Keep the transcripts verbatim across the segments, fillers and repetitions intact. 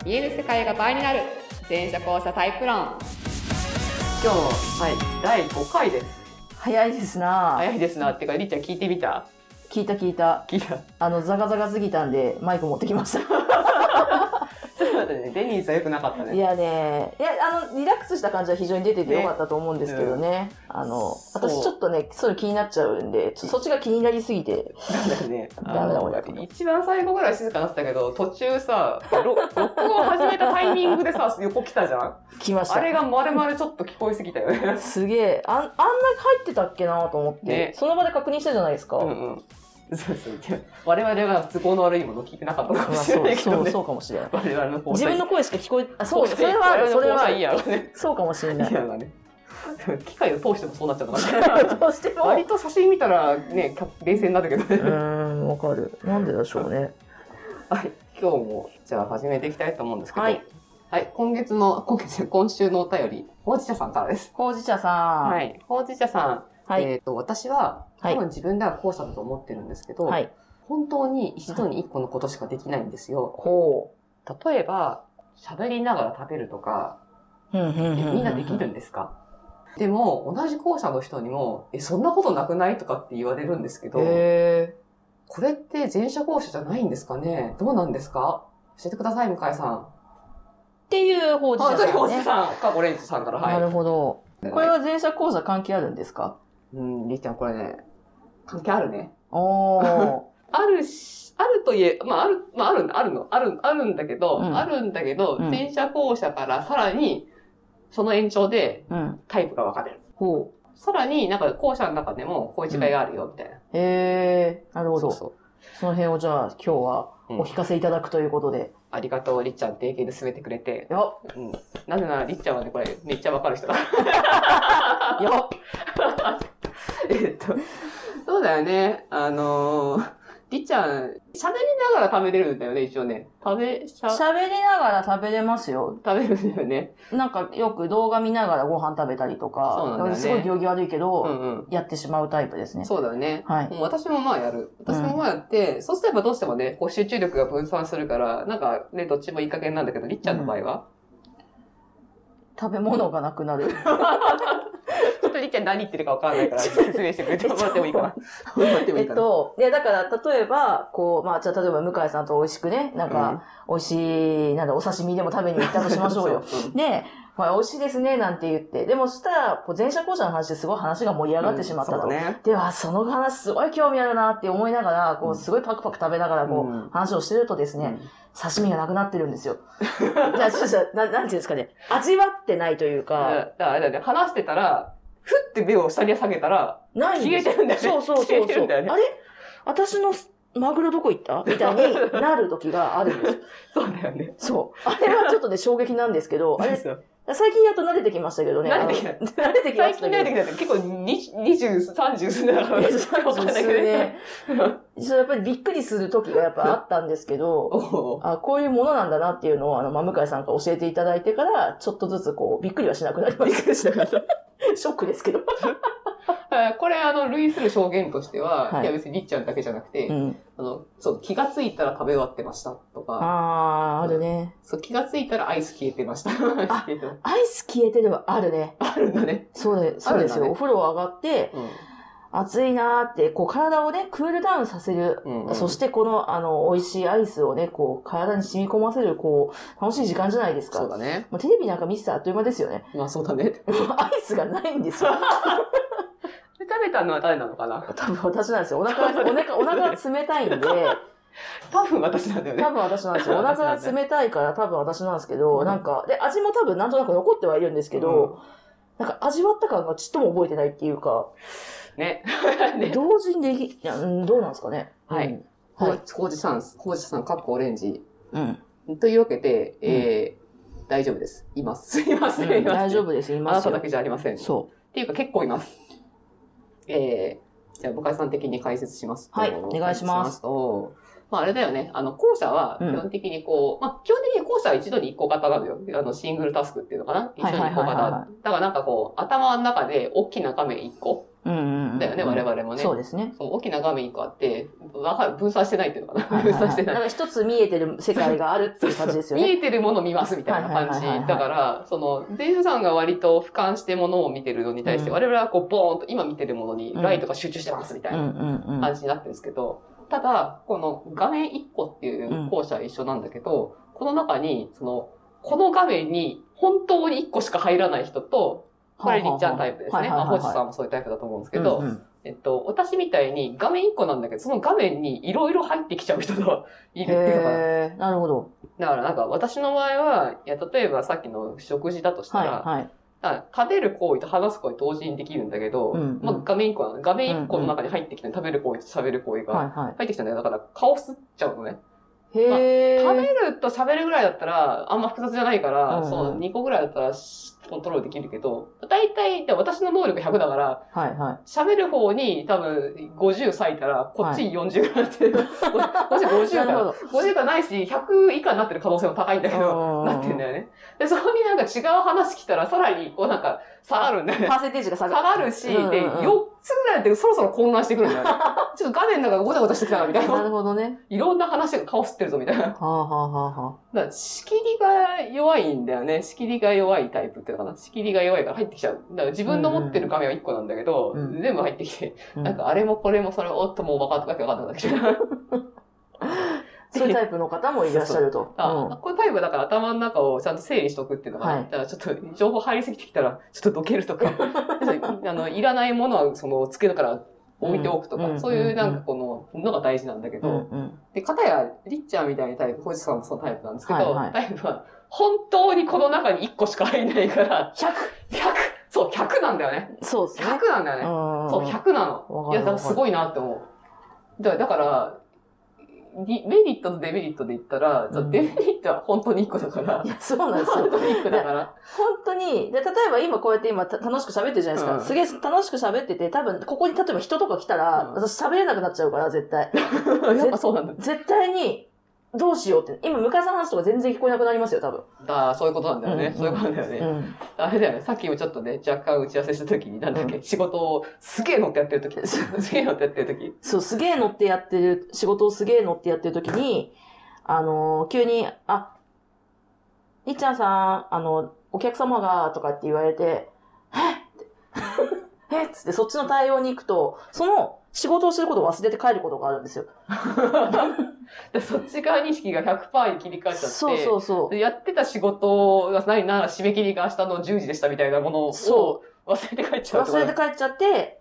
消える世界が倍になる全車交差タイプ論。今日はいだいごかいです。 早いですな。 早いですなってか、りっちゃん聞いてみた？ 聞いた聞いた。 聞いた。 あのザガザガすぎたんでマイク持ってきました。 ちょっと待ってね、デニーズは良くなかったね。 いやね、いやあのリラックスした感じは非常に出ててよかったと思うんですけどね。ねうん、あの私ちょっとねそういう気になっちゃうんで、ちょそっちが気になりすぎて。 なんだよね。 ダメだ俺。 一番最後ぐらい静かになってたけど、途中さ、録音始めたタイミングでさ横来たじゃん。 来ました。 あれが丸々ちょっと聞こえすぎたよね。 すげえ、あんあんなに入ってたっけなと思って、ね、その場で確認したじゃないですか。 うんうん。そうそう。我々が都合の悪いものを聞いてなかったかもしれないけどね。 そうそうそうかもしれない。 我々の自分の声しか聞こえ、あ、そう、それはそれはいいやろね。 そうかもしれない。いやね。 機械を通してもそうなっちゃったからね。どうしても。割と写真見たらね、冷静になるけどね。 うーん、わかる。なんででしょうね。 はい、今日もじゃあ始めていきたいと思うんですけど。 はい。 はい、今月の今月今週のお便り、ほうじ茶さんからです。 ほうじ茶さん。 はい、ほうじ茶さん。はい、えっと私は多分自分では後者だと思ってるんですけど。はい。本当に一度に一個のことしかできないんですよ。 ほう。例えば、喋りながら食べるとか、みんなできるんですか？でも、同じ校舎の人にも、え、そんなことなくないとかって言われるんですけど、 へこれって前者後者じゃないんですかね？どうなんですか？教えてください、向井さん。 っていうほうじ茶さん、ね。 ほうじ茶さんか、オレンジさんから、はい。 なるほど。これは前者後者関係あるんですか？ うん、りっちゃん、これね、関係あるね。 おー。 あるし、あるといえ、まあある、まあある、あるの、ある、あるんだけど、うん、あるんだけど、うん、前者後者からさらに、その延長で、タイプが分かれる。うん、ほう。さらになんか後者の中でも、こういう違いがあるよ、みたいな。 うん、へー、なるほど。そうそう。その辺をじゃあ今日はお聞かせいただくということで。うん、 ありがとう、りっちゃん、提携で進めてくれて。 よっ。うん。なぜならりっちゃんはね、これ、めっちゃ分かる人だ。 よっ。 えっと、そうだよね。あのー、りっちゃん、喋りながら食べれるんだよね、一応ね。食べ、 しゃ、喋りながら食べれますよ。 食べるんだよね。 なんかよく動画見ながらご飯食べたりとか、そうなんだよね、すごい行儀悪いけど、うんうん、やってしまうタイプですね。 そうだよね。 はい。 もう私もまあやる。私もまあやって、うん、そうすればどうしてもね、こう集中力が分散するから、なんかね、どっちもいい加減なんだけど、りっちゃんの場合は、 うん、食べ物がなくなる。 ちょっとりっちゃん何言ってるか分からないから説明してくれてもらってもいいかな。 えっと、いやだから例えば、こう、まあじゃあ例えば向井さんと美味しくね、なんか、美味しい、なんだ、お刺身でも食べに行ったとしましょうよ。そうで、これ美味しいですね、なんて言って。でもそしたら、こう前者後者の話ですごい話が盛り上がってしまったと。うんね、では、その話すごい興味あるなって思いながら、こう、すごいパクパク食べながら、こう、うん、話をしてるとですね、うん、刺身がなくなってるんですよ。じゃあ、ちょっと、ななんていうんですかね、味わってないというか。 だからあれだね、話してたら、ふって目を下に下げたら、 ない消えてるんだよね。 そうそうそうそう、ね。あれ私のマグロどこ行ったみたいになる時があるんですよ。 そうだよね。 そう。あれはちょっとね、衝撃なんですけど、あれ、最近やっと慣れてきましたけどね。 慣れてきた。 慣れてきましたけど。 最近慣れてきたって結構にじゅう、さんじゅうすんだから。 さんじゅうすね。やっぱりびっくりする時がやっぱあったんですけど、あこういうものなんだなっていうのを、あの、ま、向井さんから教えていただいてから、ちょっとずつこう、びっくりはしなくなりました。びっくりしなかった。ショックですけど。 これ、あの、類する証言としては、はい、いや別にりっちゃんだけじゃなくて、うん、あの、そう、気がついたら食べ終わってましたとか。 ああ、あるね。 そう、気がついたらアイス消えてました。 あ、アイス消えてではあるね。 あるんだね。 そうで、そうですよ。ね、お風呂上がって、うん、暑いなーって、こう体をね、クールダウンさせる。うんうん、そしてこの、あの、美味しいアイスをね、こう、体に染み込ませる、こう、楽しい時間じゃないですか。 そうだね。 もうテレビなんか見てたらあっという間ですよね。 まあそうだね。 アイスがないんですよ。 食べたのは誰なのかな？ 多分私なんですよ。お腹、お腹、お腹が冷たいんで。 多分私なんだよね。 多分私なんですよ。お腹が冷たいから多分私なんですけど、うん、なんか、で、味も多分なんとなく残ってはいるんですけど、うん、なんか味わった感がちっとも覚えてないっていうか、 ね。 ね同時にでき、どうなんですかね。 はい。うん、はい。ほうじさん、ほうじさん、かっこオレンジ。うん。というわけで、えー、うん、大丈夫です。います。います。 うん、大丈夫です。います。 あなただけじゃありません。 そう。 っていうか結構います。えー、じゃあ、向井さん的に解説しますと。 はい、お願いします。 とまあ、あれだよね。あの、後者は、基本的にこう、うん、まあ、基本的に後者は一度に一個型なのよ。あの、シングルタスクっていうのかな一度に一個型。だからなんかこう、頭の中で大きな画面一個うんうんうん、 だよね、我々もね。 そうですね。 そう大きな画面いっこあって、わかる、分散してないっていうのかな。はいはいはい、分散してない。 なんか一つ見えてる世界があるっていう感じですよね。 見えてるものを見ますみたいな感じ。だから、その、前者さんが割と俯瞰してものを見てるのに対して、うん、我々はこう、ボーンと今見てるものにライトが集中してますみたいな感じになってるんですけど、ただ、この画面いっこっていう校舎は一緒なんだけど、うん、この中に、その、この画面に本当にいっこしか入らない人と、これりっちゃんタイプですね。まあ、星さんもそういうタイプだと思うんですけど、うんうん、えっと、私みたいに画面いっこなんだけど、その画面にいろいろ入ってきちゃう人がいるっていうか。 へー、なるほど。 だからなんか私の場合は、いや、例えばさっきの食事だとしたら、はいはい、だ食べる行為と話す行為同時にできるんだけど、うんうん、まあ、画面いっこなの。画面いっこの中に入ってきた食べる行為と喋る行為が入ってきたんだよ。だから顔吸っちゃうのね。へー。まあ、食べると喋るぐらいだったら、あんま複雑じゃないから、うんうん、そう、にこぐらいだったらコントロールできるけど、大体、私の能力ひゃくだから、はいはい、喋る方に多分ごじゅう割いたら、こっちよんじゅうぐらいなってる。はい、こっちごじゅうから、ごじゅうからないし、ひゃく以下になってる可能性も高いんだけど、なってんだよね。で、そこになんか違う話来たら、さらにこうなんか下がるんだよね。 パーセンテージが下がる。 下がるし、うんうん、で、よっつぐらいでそろそろ混乱してくるんだよね。ちょっと画面の中がごちゃごちゃしてきたな、みたいな。 なるほどね。 いろんな話が顔吸ってるぞ、みたいな。はあ、はあはあはあ、 だから仕切りが弱いんだよね。仕切りが弱いタイプっていうのかな。仕切りが弱いから入ってきちゃう。だから自分の持ってる画面はいっこなんだけど、うんうん、全部入ってきて、うん、なんかあれもこれもそれもおっともう分かったわけ分かんなくなってきて。 そういうタイプの方もいらっしゃると。 そうそうあ、うん、こういうタイプだから頭の中をちゃんと整理しとくっていうのが、はい、だからちょっと情報入りすぎてきたら、ちょっとどけるとか、あの、いらないものはその、机から置いておくとか、うん、そういうなんかこの、のが大事なんだけど、うんうん、で、かたや、りっちゃんみたいなタイプ、星さんもそのタイプなんですけど、はいはい、タイプは、本当にこの中にいっこしか入んないから、 ひゃく! ひゃく! そう、ひゃくなんだよね。 そうですね。 ひゃくなんだよね。そう、ひゃくなの。いや、だからすごいなって思う。だから、だからメリットとデメリットで言ったら、うん、デメリットは本当にいっこだから。 いや、そうなんですよ。 本当にいっこだから。 本当に、で、例えば今こうやって今楽しく喋ってるじゃないですか。うん、すげえ楽しく喋ってて、多分ここに例えば人とか来たら、うん、私喋れなくなっちゃうから、絶対。 やっぱそうなんだ。 絶対に、どうしようって。今、向井さんの話とか全然聞こえなくなりますよ、多分。 ああ、そういうことなんだよね。うん、そういうことなんだよね、うん。あれだよね。さっきもちょっとね、若干打ち合わせした時に、なんだっけ、うん、仕事をすげえ乗ってやってる時。すげえ乗ってやってる時。 そう、すげえ乗ってやってる、仕事をすげえ乗ってやってる時に、あのー、急に、あ、りっちゃんさん、あの、お客様が、とかって言われて、えってえっつってそっちの対応に行くと、その仕事をすることを忘れて帰ることがあるんですよ。 でそっち側認識が ひゃくパーセント に切り替えちゃって、 そうそうそう。 やってた仕事が何なら締め切りが明日のじゅうじでしたみたいなものを忘れて帰っちゃう。 忘れて帰っちゃって、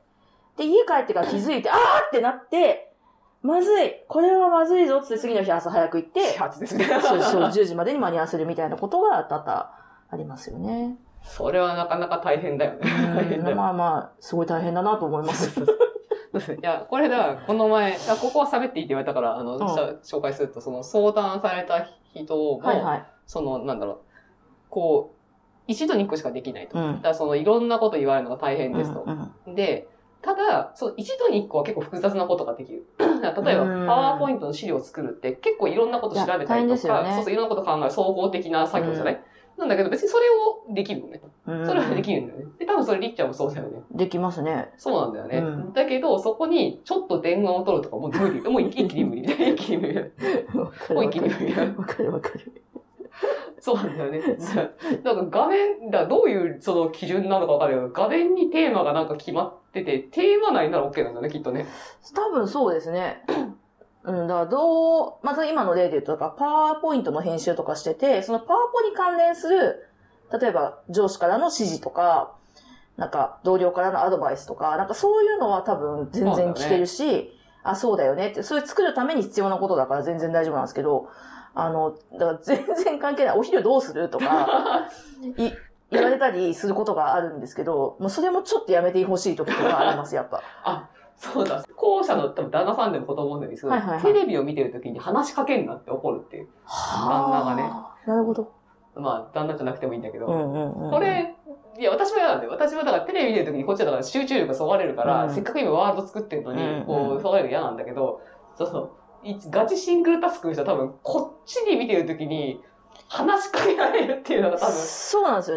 で、家帰ってから気づいて、あーってなって、まずいこれはまずいぞって次の日朝早く行って、 始発ですね。 そうそう、じゅうじまでに間に合わせるみたいなことが多々ありますよね。 それはなかなか大変だよね。 大変だよ。まあまあ、すごい大変だなと思います。 いや、これだ、この前、ここは喋っていいって言われたから、あの、うん、紹介すると、その相談された人も、はいはい、その、なんだろう、こう、一度に一個しかできないと。うん、だからその、いろんなこと言われるのが大変ですと。うんうん、で、ただ、そう、一度に一個は結構複雑なことができる。例えば、パワーポイントの資料を作るって結構いろんなこと調べたりとか、ね、そうそう、いろんなこと考える総合的な作業じゃない、うんなんだけど別にそれをできるのね。それはできるんだよね。で、多分それりっちゃんもそうだよね。 できますね。 そうなんだよね。うん、だけど、そこにちょっと電話を取るとかもう無理。もう一気に無理。一気に無理。もう一気に無理。 わかるわかる。 そうなんだよね。なんか画面、だどういうその基準なのかわかるけど、画面にテーマがなんか決まってて、テーマ内なら OK なんだよね、きっとね。 多分そうですね。うん、だからどう、まず今の例で言うと、パワーポイントの編集とかしてて、そのパワポに関連する、例えば上司からの指示とか、なんか同僚からのアドバイスとか、なんかそういうのは多分全然聞けるし、ね、あ、そうだよねって、それ作るために必要なことだから全然大丈夫なんですけど、あの、だから全然関係ない。お昼どうするとか、い、言われたりすることがあるんですけど、もうそれもちょっとやめてほしい時とかあります、やっぱ。 あそうだ。後者の多分旦那さんでも子供でもいいですけど、はいはいはい、テレビを見てるときに話しかけんなって怒るっていう。旦那がね。 なるほど。 まあ、旦那じゃなくてもいいんだけど。 うんうんうん、これ、いや、私も嫌なんだよ。私はだからテレビ見てるときにこっちはだから集中力がそがれるから、うん、せっかく今ワールド作ってるのに、うんうん、こう、そがれるの嫌なんだけど、そうそう。ガチシングルタスクの人は多分、こっちに見てるときに話しかけられるっていうのが多分。 そうなんですよね。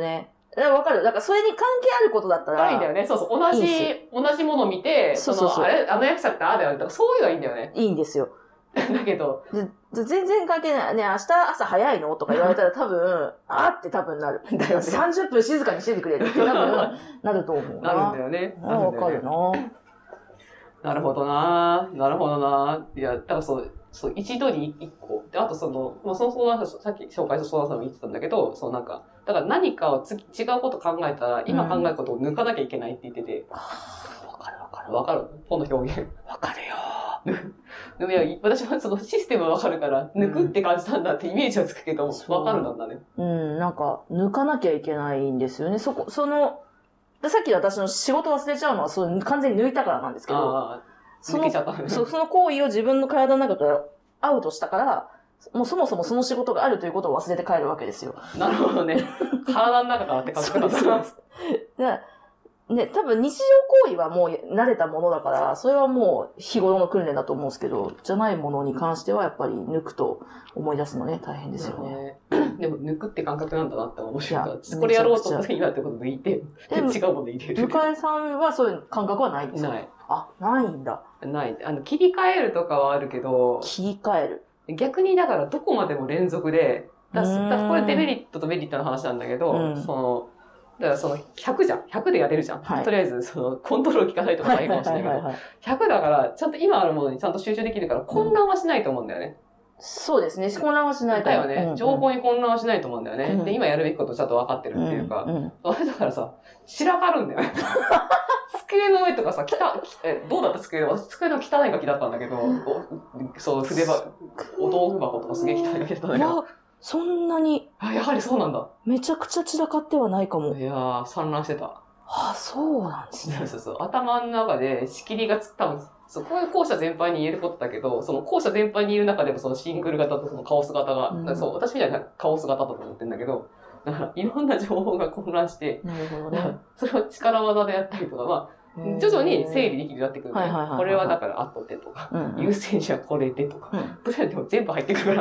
わかる。だからそれに関係あることだったら。 いいんだよね。そうそう。同じ、いい同じものを見て、そうそうそう。その、あれ、あの役者ってああだよね。とかそういうのはいいんだよね。 いいんですよ。 だけど。 全然関係ない。ね、明日朝早いのとか言われたら多分、あって多分なる。だよね。さんじゅっぷん静かにしててくれるって多分、なると思うな。なるんだよね。 ああ、わかるな。 なるほどな。なるほどな。いや、だからそう、そう、一度に一個。で、あとその、まあ、その相談者、さっき紹介した相談者も言ってたんだけど、そうなんか、だから何かをつ違うこと考えたら、今考えることを抜かなきゃいけないって言ってて。 わ、うん、かるわかる。 わかるこの表現。 わかるよ。 でもいや、私はそのシステムはわかるから、抜くって感じなんだってイメージはつくけど、わかるなんだね。 うん、なんか、抜かなきゃいけないんですよね。そこ、その、さっき私の仕事忘れちゃうのは、そう完全に抜いたからなんですけど、 あその、そ, その行為を自分の体の中からアウトしたから、もうそもそもその仕事があるということを忘れて帰るわけですよ。 なるほどね。体の中からって感じだった。そうです。 ね、多分日常行為はもう慣れたものだから、それはもう日頃の訓練だと思うんですけど、じゃないものに関してはやっぱり抜くと思い出すのね、大変ですよね。 でも抜くって感覚なんだなって面白い。これやろうと思って今ってことでいて、違うもの入れる。 向井さんはそういう感覚はないんですか？ ない。 あ、ないんだ。 ない。あの、切り替えるとかはあるけど、 切り替える。 逆にだからどこまでも連続で、だだこれデメリットとメリットの話なんだけど、うん、その、だからそのひゃくじゃん。ひゃくでやれるじゃん。はい、とりあえず、その、コントロール効かないとか大変かもしれないけど、ひゃくだから、ちゃんと今あるものにちゃんと集中できるから、混乱はしないと思うんだよね。 うん、そうですね。混乱はしないと思う。 だよね、うん。情報に混乱はしないと思うんだよね。うん、で、今やるべきことちゃんと分かってるっていうか、うんうん、あれだからさ、散らかるんだよね。机の上とかさ、きた、え、どうだった机の机の汚いガキだったんだけど、そう、筆箱、お豆腐箱とかすげえ汚いガキだったんだけど。 そんなに。 あ、やはりそうなんだ。 めちゃくちゃ散らかってはないかも。 いやー、散乱してた。 あ、そうなんですね。 そうそうそう。頭の中で仕切りがつ、多分、そう、こういう校舎全般に言えることだけど、その校舎全般にいる中でもそのシングル型とそのカオス型が、うん、そう、私みたいなカオス型だと思ってるんだけど、だからいろんな情報が混乱して、 なるほどね。 それを力技でやったりとか、まあ、徐々に整理できるようになってくる、ね。これはだから後でとか、うんうん、優先者これでとか、プランでも全部入ってくるから。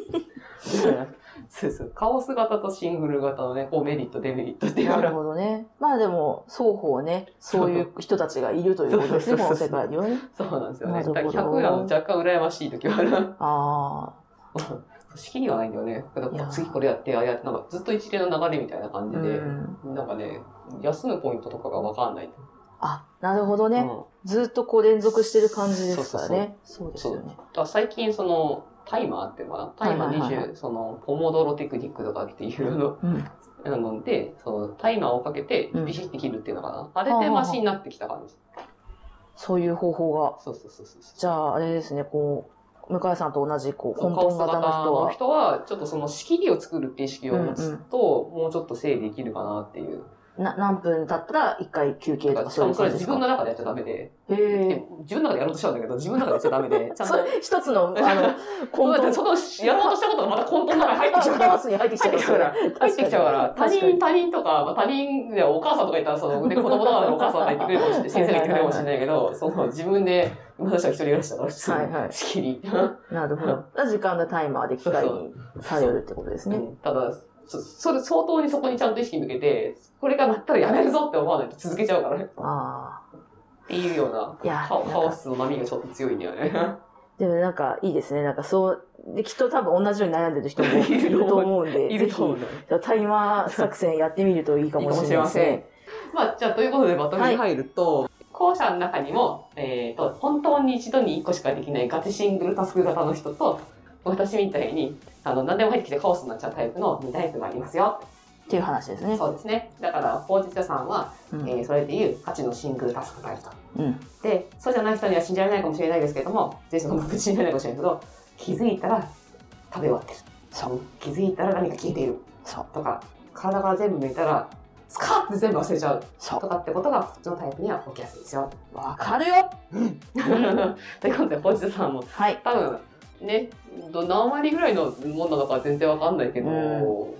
そうそう。カオス型とシングル型のね、こうメリット、デメリットっていう。 なるほどね。まあでも、双方ね、そういう人たちがいるということですね、この世界にはね。 そうなんですよね。だからひゃくなの若干羨ましい時はある。 ああ。 仕切りがないんだよね。だから次これやって、あれやって、なんかずっと一連の流れみたいな感じで、うん、なんかね、休むポイントとかがわかんない。 あ、なるほどね。うん、ずっとこう連続してる感じですからね。そうですよね。 だから最近その、タイマーっていうのかなタイマーにじゅう、その、ポモドロテクニックとかっていうの、うん、なので、その、タイマーをかけて、ビシッて切るっていうのかな、うん、あれでマシになってきた感じ。 そういう方法が。 そうそうそうそう。 じゃあ、あれですね、こう、向井さんと同じ、こう、根本型の人は。 人は、ちょっとその仕切りを作るっていう意識を持つと、うんうん、もうちょっと整理できるかなっていう。 な、何分経ったら一回休憩とかそういう感じですか？それ自分の中でやっちゃダメで。 へ自分の中でやろうとしちゃうんだけど、自分の中でやっちゃダメで。 ちゃんと。一つの、あの、 混沌。その、やろうとしたことがまた混沌の中に入ってきちゃうから。 入ってきちゃうから。 入ってきちゃうから。他人、他人とか、他人でお母さんとか言ったら、その、で、子供とかのお母さんが言ってくれるかもしれない。先生が言ってくれるかもしれないけど、その、自分で、私は一人暮らしだから、普通に。はいはい。仕切り。 なるほど。時間のタイマーで機械に頼るってことですね。 ただ、それ相当にそこにちゃんと意識向けて、これがなったらやめるぞって思わないと続けちゃうからね。ああ。っていうような、いやカオスの波がちょっと強いんだよね。 でもなんかいいですね。なんかそう、できっと多分同じように悩んでる人もいると思うんで、 いると思うんで、ぜひタイマー作戦やってみるといいかもしれません。いいかもしれません。まあ、じゃあということでまとめに入ると、はい、校舎の中にも、えっと、本当に一度に一個しかできないガチシングルタスク型の人と、私みたいに、あの、何でも入ってきてカオスになっちゃうタイプのにタイプがありますよ。 っていう話ですね。 そうですね。だから、ほうじ茶さんは、うん、えー、それでいうガチのシングルタスクタイプと。うん、で、そうじゃない人には信じられないかもしれないですけども、ぜひその信じられないかもしれないけど、気づいたら食べ終わってる。そう。気づいたら何か消えている。そう。とか、体から全部抜いたら、スカッて全部忘れちゃう。そう。とかってことが、こっちのタイプには起きやすいですよ。 わかるよ。 うん。ということで、ほうじ茶さんも、はい、多分、ね、何割ぐらいのもんなのか全然わかんないけど、うん、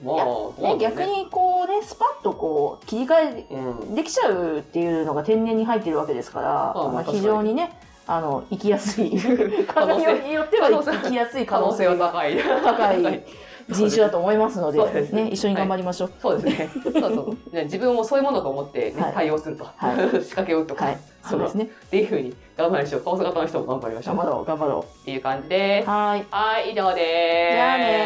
まあ、 ね、逆にこうね、スパッとこう切り替えできちゃうっていうのが天然に入ってるわけですから、うん、まあ、非常にね、あの、生きやすい。体によっては生きやすい可能性が高い。 高い人種だと思いますので、 そうですね、一緒に頑張りましょう。 そうですね。そうそう。ね自分もそういうものと思ってね、 はい対応すると。 はい仕掛けを打つとか。 はい。そうですね。 っていうふうに頑張りましょう。カオス型の人も頑張りましょう。 頑張ろう、頑張ろっていう感じです。 う。はい。 はい、以上です。 じゃあねー。